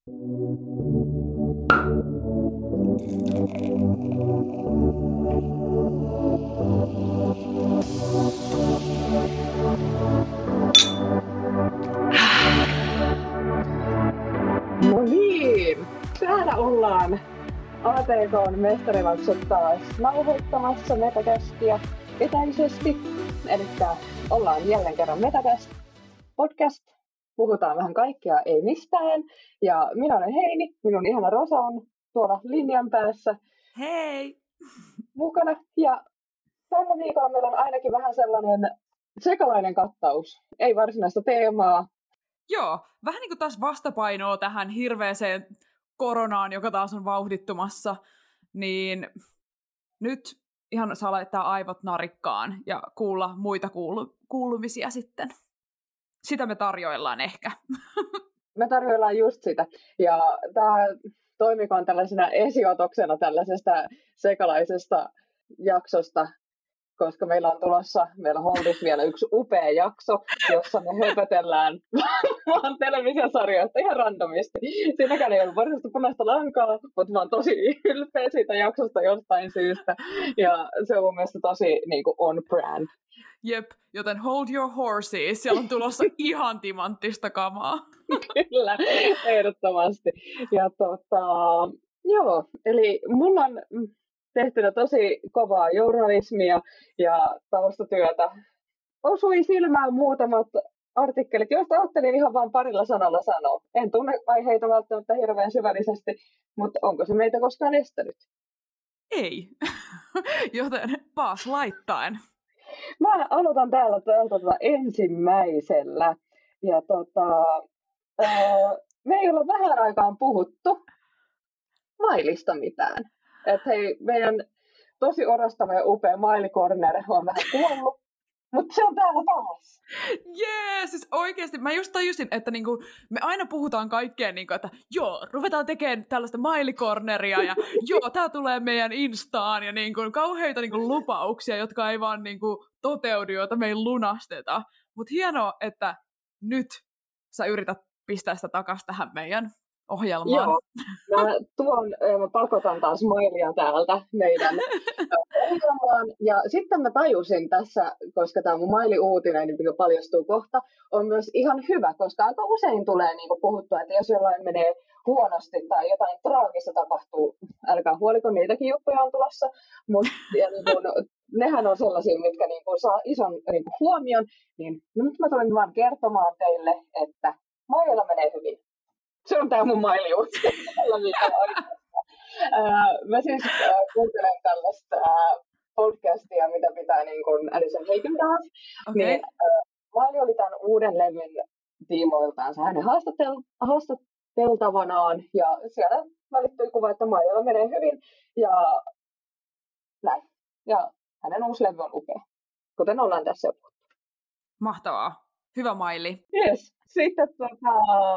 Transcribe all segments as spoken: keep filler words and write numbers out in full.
No niin, täällä ollaan A T K:n mestarilaksot taas nauhoittamassa Metacastia etäisesti. Elikkä ollaan jälleen kerran Metacast podcast. Puhutaan vähän kaikkea, ei mistään. Ja minä olen Heini, minun ihana Rosa on tuolla linjan päässä. Hei! Mukana. Ja tällä viikolla meillä on ainakin vähän sellainen sekalainen kattaus. Ei varsinaista teemaa. Joo, vähän niin kuin taas vastapainoa tähän hirveäseen koronaan, joka taas on vauhdittumassa, niin nyt ihan saa laittaa aivot narikkaan ja kuulla muita kuulu- kuulumisia sitten. Sitä me tarjoillaan ehkä. Me tarjoillaan just sitä. Ja tämä toimikoon tällaisena esiotoksena tällaisesta sekalaisesta jaksosta, koska meillä on tulossa, meillä on holdissa vielä yksi upea jakso, jossa me höpötellään vaan televisiosarjoista ihan randomisti. Siinäkään ei ollut varsinaista punaista lankaa, mutta mä oon tosi ylpeä siitä jaksosta jostain syystä. Ja se on mun mielestä tosi niin kuin on brand. Jep, joten hold your horses, siellä on tulossa ihan timanttista kamaa. Kyllä, ehdottomasti. Ja tota, joo, eli mulla on tehtynä tosi kovaa journalismia ja taustatyötä. Osui silmään muutamat artikkelit, joista ajattelin ihan vain parilla sanalla sanoa. En tunne aiheita välttämättä hirveän syvällisesti, mutta onko se meitä koskaan estänyt? Ei, joten paas laittaen. Mä aloitan täällä täältä tota ensimmäisellä. Ja tota, ää, me ei olla vähän aikaan puhuttu mailista mitään. Et hei, meidän tosi orastava ja upea Miley Corner on vähän kuollut, mutta se on täällä taas. Jee, siis oikeesti. Mä just tajusin, että niinku, me aina puhutaan kaikkeen, niinku, että joo, ruvetaan tekemään tällaista Miley Corneria ja joo, tää tulee meidän Instaan ja niinku, kauheita niinku, lupauksia, jotka ei vaan niinku, toteudu, joita me ei lunasteta. Mut hienoa, että nyt sä yrität pistää sitä takas tähän meidän ohjelmaan. Joo, mä, tuon, mä pakotan taas Mailia täältä meidän ohjelmaan. Ja sitten mä tajusin tässä, koska tämä mun Maili-uutinen, mikä paljastuu kohta, on myös ihan hyvä, koska aika usein tulee niin kuin puhuttua, että jos jollain menee huonosti tai jotain traagista tapahtuu, älkää huoliko, niitäkin juttuja on tulossa, mutta niin nehän on sellaisia, mitkä niin kuin saa ison niin kuin huomion, niin nyt mä tulin vaan kertomaan teille, että Maililla menee hyvin. Se on tää mun mailius. Mä siis äh, kuuntelen tällaista äh, podcastia, mitä pitää niin kuin Addison Heikendaas. Okay. Niin, äh, Maili oli tämän uuden levyn tiimoiltaansa hänen haastatel- haastateltavanaan. Ja siellä välittyi kuva, että Maililla menee hyvin. Ja näin. Ja hänen uusi levy on upea. Kuten ollaan tässä jo puhuttu. Mahtavaa. Hyvä Maili. Yes. Sitten tota...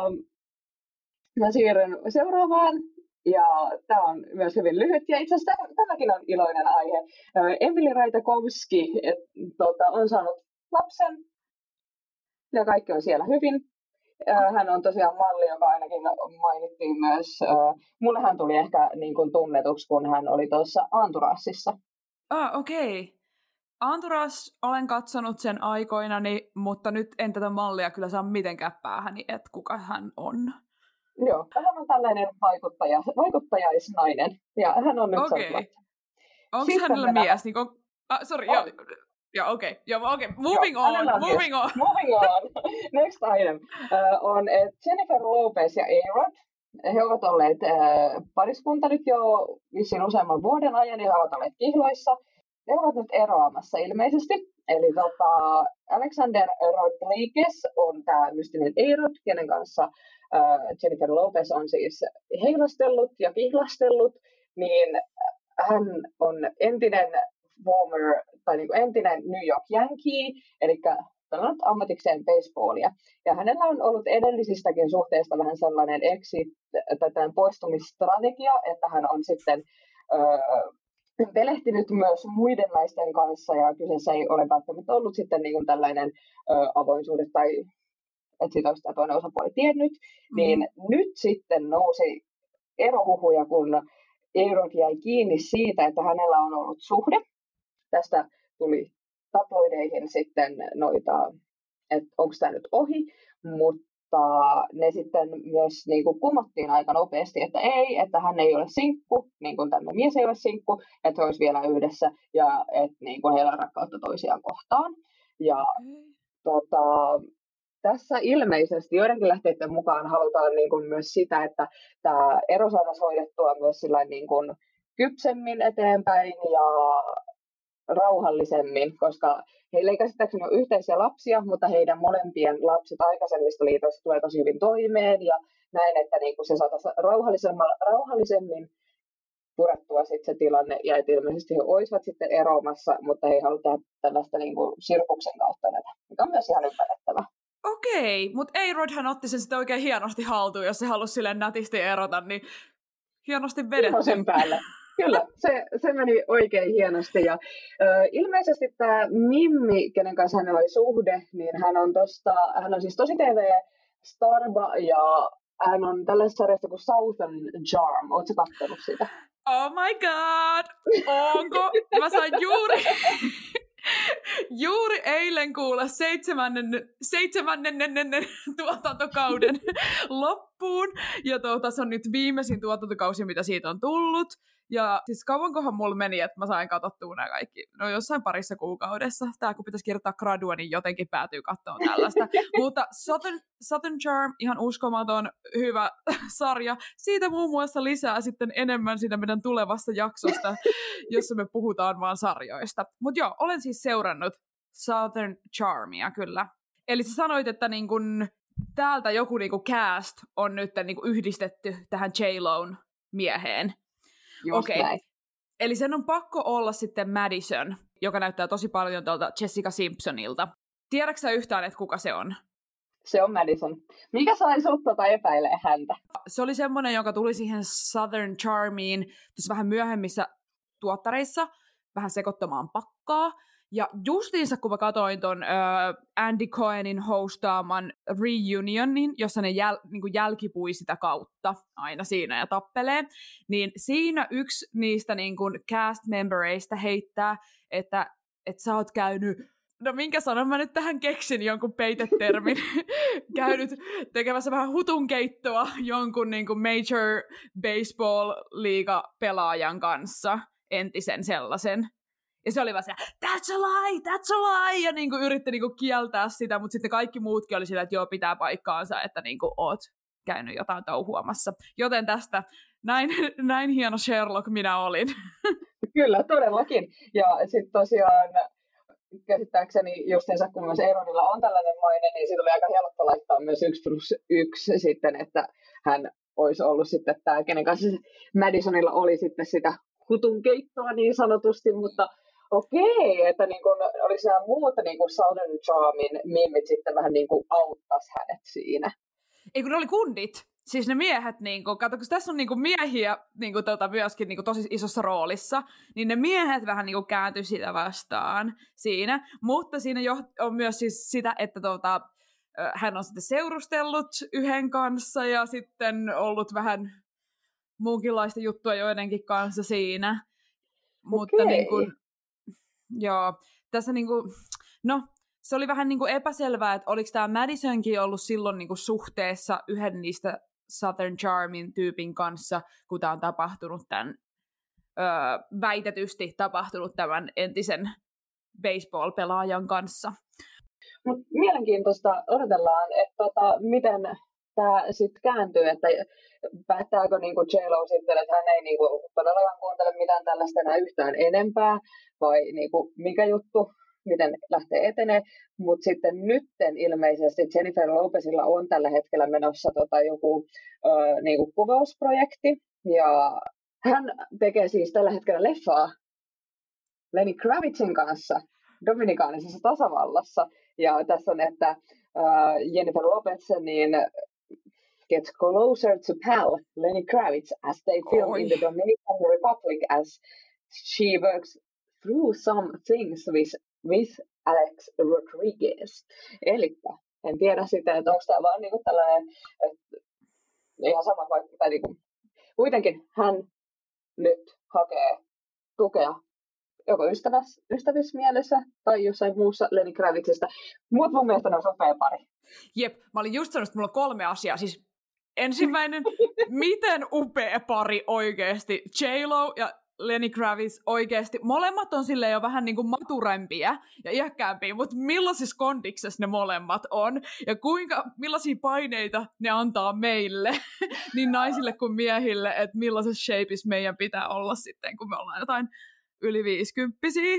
Mä siirryn seuraavaan, ja tämä on myös hyvin lyhyt, ja itse asiassa tämäkin on iloinen aihe. Emily Ratajkowski et, tota, on saanut lapsen, ja kaikki on siellä hyvin. Hän on tosiaan malli, joka ainakin mainittiin myös. Mulle hän tuli ehkä niin kuin tunnetuksi, kun hän oli tuossa Anturassissa. Ah, okei. Okay. Anturas olen katsonut sen aikoinani, mutta nyt en tätä mallia kyllä saa mitenkään päähäni, että kuka hän on. Joo, hän on tällainen vaikuttaja, vaikuttajaisnainen, ja hän on nyt okay. saanut. Onko hänellä mennään... mies? Niin kun... ah, sorry, on. joo, joo okei, okay. joo, okay. moving joo, on, moving on. Moving on. Next item uh, on Jennifer Lopez ja A-Rod. He ovat olleet uh, pariskunta nyt jo vissiin useamman vuoden ajan, ja he ovat olleet kihloissa. He ovat nyt eroamassa ilmeisesti. Eli tota, Alexander Rodriguez on tämä mystinen A-Rod, kenen kanssa uh, Jennifer Lopez on siis heilastellut ja kihlastellut. Niin hän on entinen former, tai niin kuin entinen New York Yankee, eli pelannut ammatikseen baseballia. Ja hänellä on ollut edellisistäkin suhteista vähän sellainen exit, tai tämän poistumisstrategia, että hän on sitten öö, pelehtinyt myös muiden naisten kanssa, ja kyseessä ei ole välttämättä ollut sitten niin kuin tällainen ö, avoin suhde tai että siitä olisi tämä toinen osapuoli tiennyt, Mm-hmm. niin nyt sitten nousi erohuhuja, kun A-Rod jäi kiinni siitä, että hänellä on ollut suhde. Tästä tuli tabloideihin sitten noita, että onko tämä nyt ohi, mutta ne sitten myös niin kuin kumottiin aika nopeasti, että ei, että hän ei ole sinkku, niin kuin tämä mies ei ole sinkku, että he olisivat vielä yhdessä ja että niin kuin heillä on rakkautta toisiaan kohtaan. Ja okay. tota, tässä ilmeisesti joidenkin lähteiden mukaan halutaan niin kuin myös sitä, että tämä ero saataisiin hoidettua myös niin kuin kypsemmin eteenpäin ja rauhallisemmin, koska heillä ei käsittääkseni ole yhteisiä lapsia, mutta heidän molempien lapset aikaisemmista liitoista tulee tosi hyvin toimeen ja näin, että niin kuin se saataisiin rauhallisemmin purettua sit se tilanne ja että ilmeisesti he olisivat sitten eroamassa, mutta he ei halua tehdä tällaista niin kuin sirkuksen kautta näitä, mikä on myös ihan ymmärrettävä. Okei, mutta A-Rodhan otti sen sitten oikein hienosti haltuun, jos se halusi silleen nätisti erota, niin hienosti vedetty. Sen päälle. Kyllä, se, se meni oikein hienosti. Ja, ö, ilmeisesti tämä Mimmi, kenen kanssa hänellä oli suhde, niin hän on, tosta, hän on siis tosi T V-starba ja hän on tällaisessa sarjassa kuin Southern Charm. Oletko katsellut sitä? Oh my god! Onko? Mä sain juuri... Juuri eilen kuulla seitsemännen, seitsemännen tuotantokauden loppuun. Ja tuota, se on nyt viimeisin tuotantokausi, mitä siitä on tullut. Ja siis kauankohan mulla meni, että mä sain katsottua nämä kaikki. No jossain parissa kuukaudessa. Tää kun pitäisi kirjoittaa gradua, niin jotenkin päätyy katsoa tällaista. Mutta Southern, Southern Charm, ihan uskomaton hyvä sarja. Siitä muun muassa lisää sitten enemmän siinä meidän tulevasta jaksosta, jossa me puhutaan vaan sarjoista. Mutta joo, olen siis seurannut Southern Charmia kyllä. Eli sä sanoit, että niin kun täältä joku niin kun cast on nyt niin kun yhdistetty tähän J-Lo'n mieheen. Okei. Okay. Eli sen on pakko olla sitten Madison, joka näyttää tosi paljon tuolta Jessica Simpsonilta. Tiedätkö sä yhtään, että kuka se on? Se on Madison. Mikä sai sut tota epäilee häntä? Se oli semmoinen, joka tuli siihen Southern Charmiin tuossa vähän myöhemmissä tuottareissa vähän sekoittamaan pakkaa. Ja justiinsa, kun mä katsoin ton uh, Andy Cohenin hostaaman reunionin, jossa ne jäl, niin kuin jälkipui sitä kautta aina siinä ja tappelee, niin siinä yksi niistä niin kuin cast-membereistä heittää, että, että sä oot käynyt, no minkä sanon mä nyt tähän keksin jonkun peitetermin, käynyt tekemässä vähän hutunkeittoa jonkun niin kuin Major Baseball-liiga-pelaajan kanssa, entisen sellaisen. Ja se oli vaan se, that's a lie, that's a lie, ja niinku yritti niinku kieltää sitä, mutta sitten kaikki muutkin oli sillä, että joo, pitää paikkaansa, että niinku oot käynyt jotain touhuamassa. Joten tästä näin, näin hieno Sherlock minä olin. Kyllä, todellakin. Ja sitten tosiaan käsittääkseni justiinsa, kun myös A-Rodilla on tällainen maine, niin siitä oli aika helppo laittaa myös yksi plus yksi sitten, että hän olisi ollut sitten tämä, kenen kanssa Madisonilla oli sitten sitä hutunkeittoa niin sanotusti, mutta okei, että niin kun olisi nämä muuta niin kuin Southern Charmin mimmit sitten vähän niin kuin auttaisi hänet siinä. Ei kun ne oli kundit, siis ne miehet, niin kun, kato, kun tässä on niin kun miehiä niin kun, tota, myöskin niin kun, tosi isossa roolissa, niin ne miehet vähän niin kun, kääntyi sitä vastaan siinä, mutta siinä jo, on myös siis sitä, että tota, hän on sitten seurustellut yhden kanssa ja sitten ollut vähän muunkinlaista juttua joidenkin kanssa siinä, okay. Mutta niin kun, joo, tässä niinku, no, se oli vähän niinku epäselvää, että oliko tämä Madisonkin ollut silloin niinku suhteessa yhden niistä Southern Charmin tyypin kanssa, kun tämä on tapahtunut tämän, öö, väitetysti tapahtunut tämän entisen baseball-pelaajan kanssa. Mut mielenkiintoista, odotellaan, että tota, miten tämä sitten kääntyy, että päättääkö niinku J-Lo sitten, että hän ei niinku todellakaan kuuntele mitään tällaista enää yhtään enempää, vai niinku, mikä juttu, miten lähtee etenee. Mutta sitten nytten ilmeisesti Jennifer Lopezilla on tällä hetkellä menossa tota joku ö, niinku kuvausprojekti, ja hän tekee siis tällä hetkellä leffaa Lenny Kravitzin kanssa Dominikaanisessa tasavallassa, ja tässä on, että ö, Jennifer Lopez niin gets closer to pal Lenny Kravitz as they film Oi. in the Dominican Republic as she works through some things with, with Alex Rodriguez. Elikkä en tiedä sitten, että onko tämä vaan niinku tällainen, että ihan sama vaikka, tai niinku, kuitenkin hän nyt hakee tukea joko ystäväs, ystävyysmielessä tai jossain muussa Lenny Kravitzista. Mutta mun mielestä ne on sopea pari. Jep, mä olin just sanonut, että mulla on kolme asiaa. Siis ensimmäinen, miten upea pari oikeesti. J-Lo ja Lenny Kravitz oikeesti. Molemmat on silleen jo vähän niinku maturempia ja iäkkäämpiä, mutta millaisissa kondiksessa ne molemmat on ja kuinka, millaisia paineita ne antaa meille, niin naisille kuin miehille, että millaisessa shapeissa meidän pitää olla sitten, kun me ollaan jotain yli viisikymppisiä,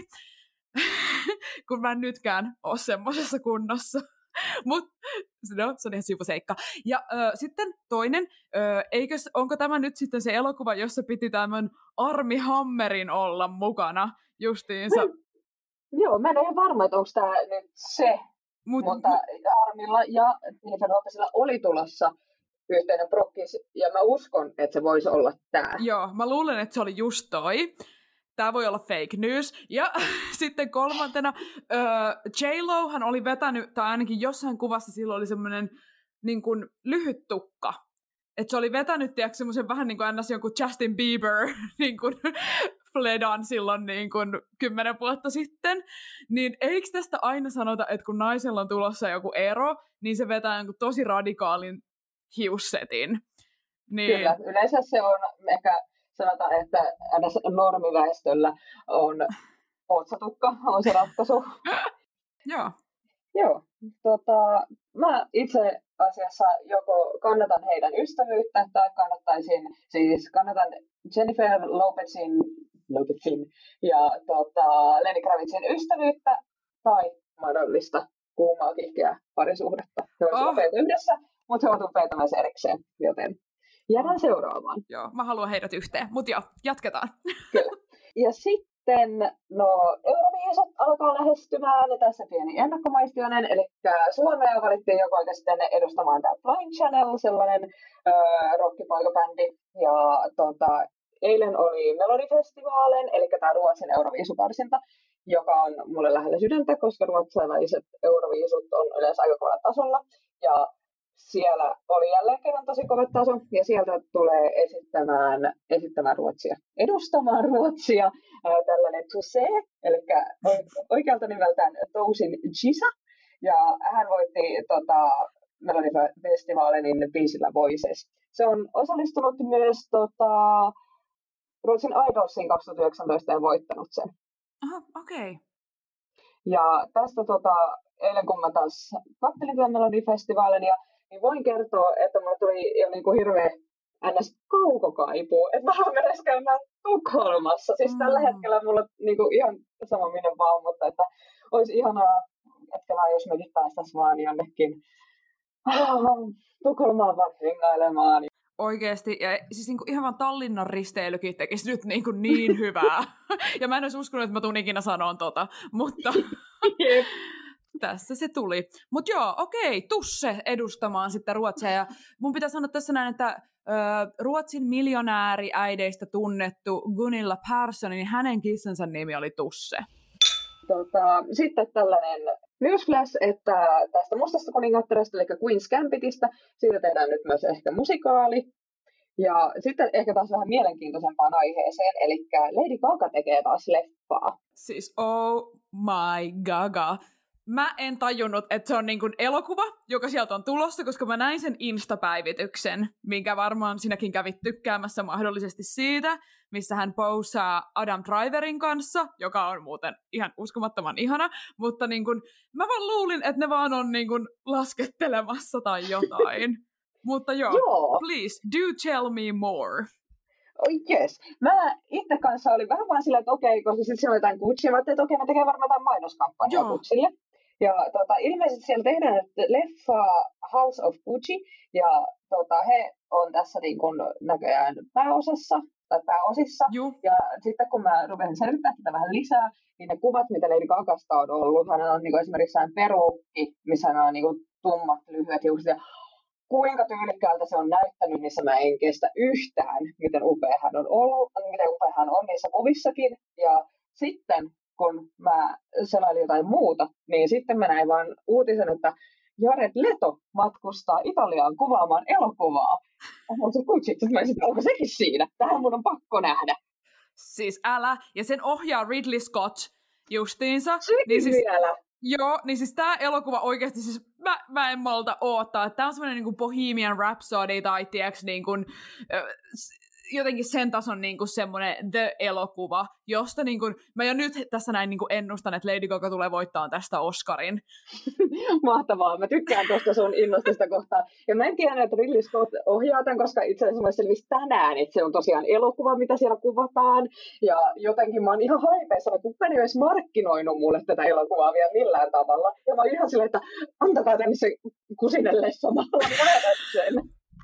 kun mä en nytkään ole semmoisessa kunnossa. Mutta no, se on ihan sivuseikka. Ja ö, sitten toinen, ö, eikös, onko tämä nyt sitten se elokuva, jossa piti tämän Armie Hammerin olla mukana justiinsa? Mm. Joo, mä en ole ihan varma, että onko tämä nyt se, Mut, mutta Armilla ja Jennifer Lopezilla oli tulossa yhteinen prokkis, ja mä uskon, että se voisi olla tämä. Joo, mä luulen, että se oli just toi. Tämä voi olla fake news. Ja sitten kolmantena, äh, J-Lohan oli vetänyt, tai ainakin jossain kuvassa silloin oli semmoinen niin kuin lyhyt tukka. Että se oli vetänyt, tiedätkö, semmoisen vähän niin kuin ns. Jonkun Justin Bieber niin kuin fledan silloin niin kuin kymmenen vuotta sitten. Niin eikö tästä aina sanota, että kun naisella on tulossa joku ero, niin se vetää jonkun tosi radikaalin hiussetin. Niin... Kyllä, yleensä se on ehkä... Sanotaan, että aina normiväestöllä on otsatukka, on se ratkaisu. Joo. Joo. Tota, mä itse asiassa joko kannatan heidän ystävyyttä tai kannattaisin, siis kannatan Jennifer Lopezin, Lopezin ja tota, Lenny Kravitzin ystävyyttä tai mahdollista kuumaa kiihkeää parisuhdetta. He olisivat oh. upeita yhdessä, mutta he ovat upeita myös erikseen, joten... Jäädään seuraamaan. Joo, mä haluan heidät yhteen, mutta joo, jatketaan. Kyllä. Ja sitten, no, Euroviisut alkaa lähestymään, ja tässä pieni ennakkomaistiainen, eli Suomea valittiin joko sitten edustamaan tämä Blind Channel, sellainen äh, rockipoikabändi, ja tota, eilen oli Melodifestivalen, eli tämä Ruotsin Euroviisukarsinta, joka on mulle lähellä sydäntä, koska ruotsalaiset Euroviisut on yleensä aika kovalla tasolla, ja siellä oli jälleen kerran tosi kova taso, ja sieltä tulee esittämään, esittämään Ruotsia, edustamaan Ruotsia ää, tällainen Tusse, eli oikealta nimeltään Tousin Gisa, ja hän voitti tota, Melodifestivalen biisillä Voices. Se on osallistunut myös tota, Ruotsin Idolsiin kaksituhattayhdeksäntoista ja voittanut sen. Aha, okei. Okay. Ja tästä tota, eilen kun mä taas kattelin tämän Melodifestivalen, ja niin voin kertoa, että mulla tuli jo niinku hirveä ns. Kaukokaipuu, että mä haluan edes käymään Tukholmassa. Siis mm. tällä hetkellä mulla niinku ihan sama minne vaan, mutta että olisi ihanaa, että jos mekin päästäisiin vaan jonnekin Tukholmaan vaan hengailemaan. Oikeesti, ja siis niinku ihan vaan Tallinnan risteilykin tekisi nyt niinku niin hyvää. Ja mä en olisi uskonut, että mä tuun ikinä sanoon tota, mutta... Tässä se tuli. Mutta joo, okei, Tusse edustamaan sitten Ruotsia. Ja mun pitää sanoa tässä näin, että ö, Ruotsin miljonääriäideistä tunnettu Gunilla Persson, niin hänen kissansa nimi oli Tusse. Tota, sitten tällainen newsflash, että tästä mustasta kuningattaresta, eli Queen's Gambitista, siitä tehdään nyt myös ehkä musikaali. Ja sitten ehkä taas vähän mielenkiintoisempaan aiheeseen, eli Lady Gaga tekee taas leffaa. Siis oh my Gaga. Mä en tajunnut, että se on niin kuin elokuva, joka sieltä on tulossa, koska mä näin sen Insta-päivityksen, minkä varmaan sinäkin kävit tykkäämässä mahdollisesti siitä, missä hän posaa Adam Driverin kanssa, joka on muuten ihan uskomattoman ihana, mutta niin kuin, mä vaan luulin, että ne vaan on niin kuin laskettelemassa tai jotain. Mutta joo, joo, please, do tell me more. Oh yes. Mä itse kanssa olin vähän vaan sillä, että okei, okay, koska sitten siellä on jotain Guccia, mä ajattelin, että okei, okay, ne tekee varmaan jotain mainoskampanjaa Guccille. Ja tota, ilmeisesti siellä tehdään leffa House of Gucci, ja tota, he on tässä niin kun näköjään pääosassa, tai pääosissa. Juh. Ja sitten kun mä rupesin selvittämään sitä vähän lisää, niin ne kuvat, mitä Lady Gagasta on ollut, hän on niin kuin esimerkiksi peruukki, missä hän on niin kuin tummat, lyhyet hiukset, ja kuinka tyylikkäältä se on näyttänyt, missä mä en kestä yhtään, miten upea hän on ollut, miten upea hän on niissä kuvissakin. Ja sitten, kun mä selailin jotain muuta, niin sitten mä näin vaan uutisen, että Jared Leto matkustaa Italiaan kuvaamaan elokuvaa. Onko se Gucci? Sitten mä olisin, onko sekin siinä? Tähän mun on pakko nähdä. Siis älä. Ja sen ohjaa Ridley Scott justiinsa. Sekin niin siis, vielä. Joo, niin siis tää elokuva oikeesti, siis mä, mä en malta oottaa. Tää on semmonen niinku Bohemian Rhapsody tai tiiäks niinku, äh, jotenkin sen tason niinku semmonen The-elokuva, josta niinku, mä jo nyt tässä näin niinku ennustan, että Lady Gaga tulee voittaa tästä Oscarin. Mahtavaa, mä tykkään tuosta sun innostusta kohtaan. Ja mä en tiedä, että Ridley Scott ohjaa tämän, koska itse asiassa mä selvisi tänään, että se on tosiaan elokuva, mitä siellä kuvataan. Ja jotenkin mä oon ihan haipeissa, että kukaan ei olisi markkinoinut mulle tätä elokuvaa vielä millään tavalla. Ja mä oon ihan silleen, että antakaa tänne se kusinelle samalla nähdä sen.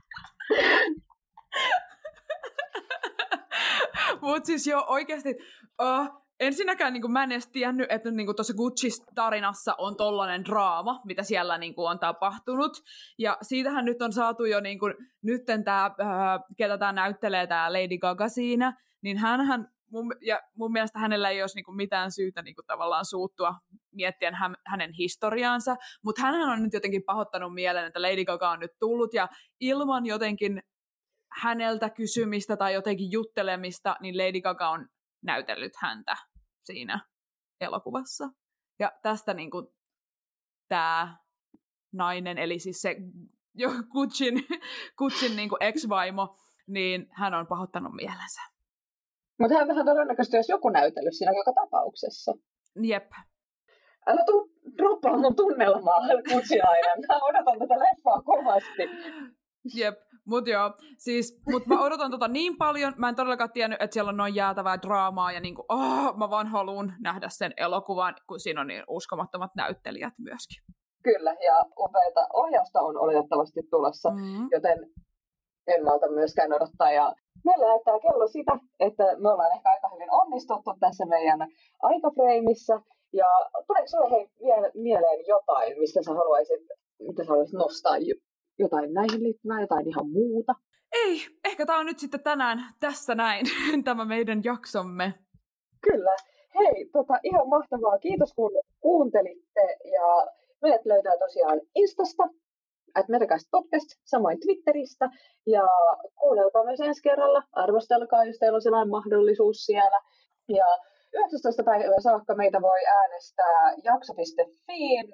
Mut siis joo, oikeesti, uh, ensinnäkään niin mä en edes tiennyt, että niin tuossa Gucci-tarinassa on tollainen draama, mitä siellä niin on tapahtunut. Ja siitähän nyt on saatu jo, niin kuin, nytten tämä, uh, ketä tämä näyttelee, tämä Lady Gaga siinä, niin hänhän, mun, ja mun mielestä hänellä ei olisi niin kuin mitään syytä niin kuin tavallaan suuttua miettien hän, hänen historiaansa, mutta hänhän on nyt jotenkin pahoittanut mielen, että Lady Gaga on nyt tullut, ja ilman jotenkin häneltä kysymistä tai jotenkin juttelemista, niin Lady Gaga on näytellyt häntä siinä elokuvassa. Ja tästä niin kuin tämä nainen, eli siis se jo Guccin, Guccin niin kuin ex-vaimo, niin hän on pahoittanut mielensä. Mutta hän vähän todennäköisesti olisi joku näytellyt siinä joka tapauksessa. Jep. Älä tuu droppaa mun tunnelmaa, Gucci-nainen. Mä odotan tätä leffaa kovasti. Jep. Mut joo, siis, mut mä odotan tota niin paljon, mä en todellakaan tiennyt, että siellä on noin jäätävää draamaa, ja niinku, oh, mä vaan haluun nähdä sen elokuvan, kun siinä on niin uskomattomat näyttelijät myöskin. Kyllä, ja upeata ohjausta on oletettavasti tulossa, mm-hmm. joten en malta myöskään odottaa, ja meillä näyttää kello sitä, että me ollaan ehkä aika hyvin onnistuttu tässä meidän aikafreimissä, ja tuleeko sulle hei vielä mieleen jotain, mistä sä haluaisit, mitä sä haluaisit nostaa jotain näihin liittyvää, jotain ihan muuta? Ei, ehkä tää on nyt sitten tänään tässä näin, tämä meidän jaksomme. Kyllä. Hei, tota, ihan mahtavaa. Kiitos kun kuuntelitte. Ja meidät löytää tosiaan Instasta, at Metakäst Podcast, samoin Twitteristä. Ja kuunnelkaa myös ensi kerralla. Arvostelkaa, jos teillä on sellainen mahdollisuus siellä. Ja yhdeksästoista päivää saakka meitä voi äänestää jakso piste fi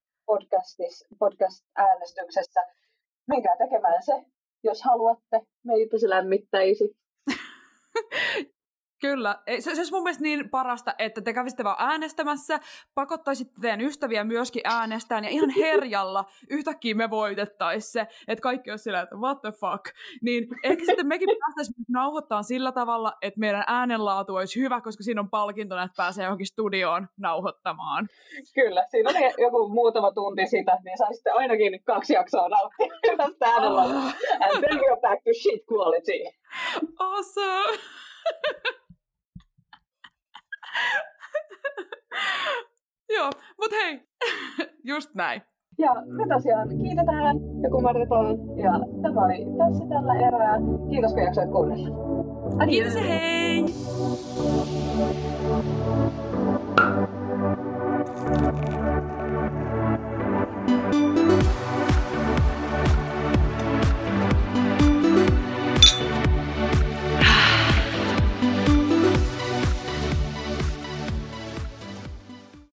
podcast-äänestyksessä. Menkää tekemään se, jos haluatte. Meitä se lämmittäisi. Kyllä. Se, se olisi mun mielestä niin parasta, että te kävisitte vaan äänestämässä, pakottaisitte teidän ystäviä myöskin äänestään, ja ihan herjalla yhtäkkiä me voitettaisiin se, että kaikki olisi sillä, että what the fuck. Niin ehkä sitten mekin päästäisiin nauhoittamaan sillä tavalla, että meidän äänenlaatu olisi hyvä, koska siinä on palkintona, että pääsee johonkin studioon nauhoittamaan. Kyllä, siinä on joku muutama tunti sitä, niin saisitte ainakin kaksi jaksoa nauttia hyvästä äänenlaatua. And then we're back to shit quality. Awesome! Joo, mut hei, just näin. Ja me tosiaan kiitetään ja kumartetaan. Ja tämä oli tässä tällä erää. Kiitos kun jaksoit kuunnella. Kiitos ja hei!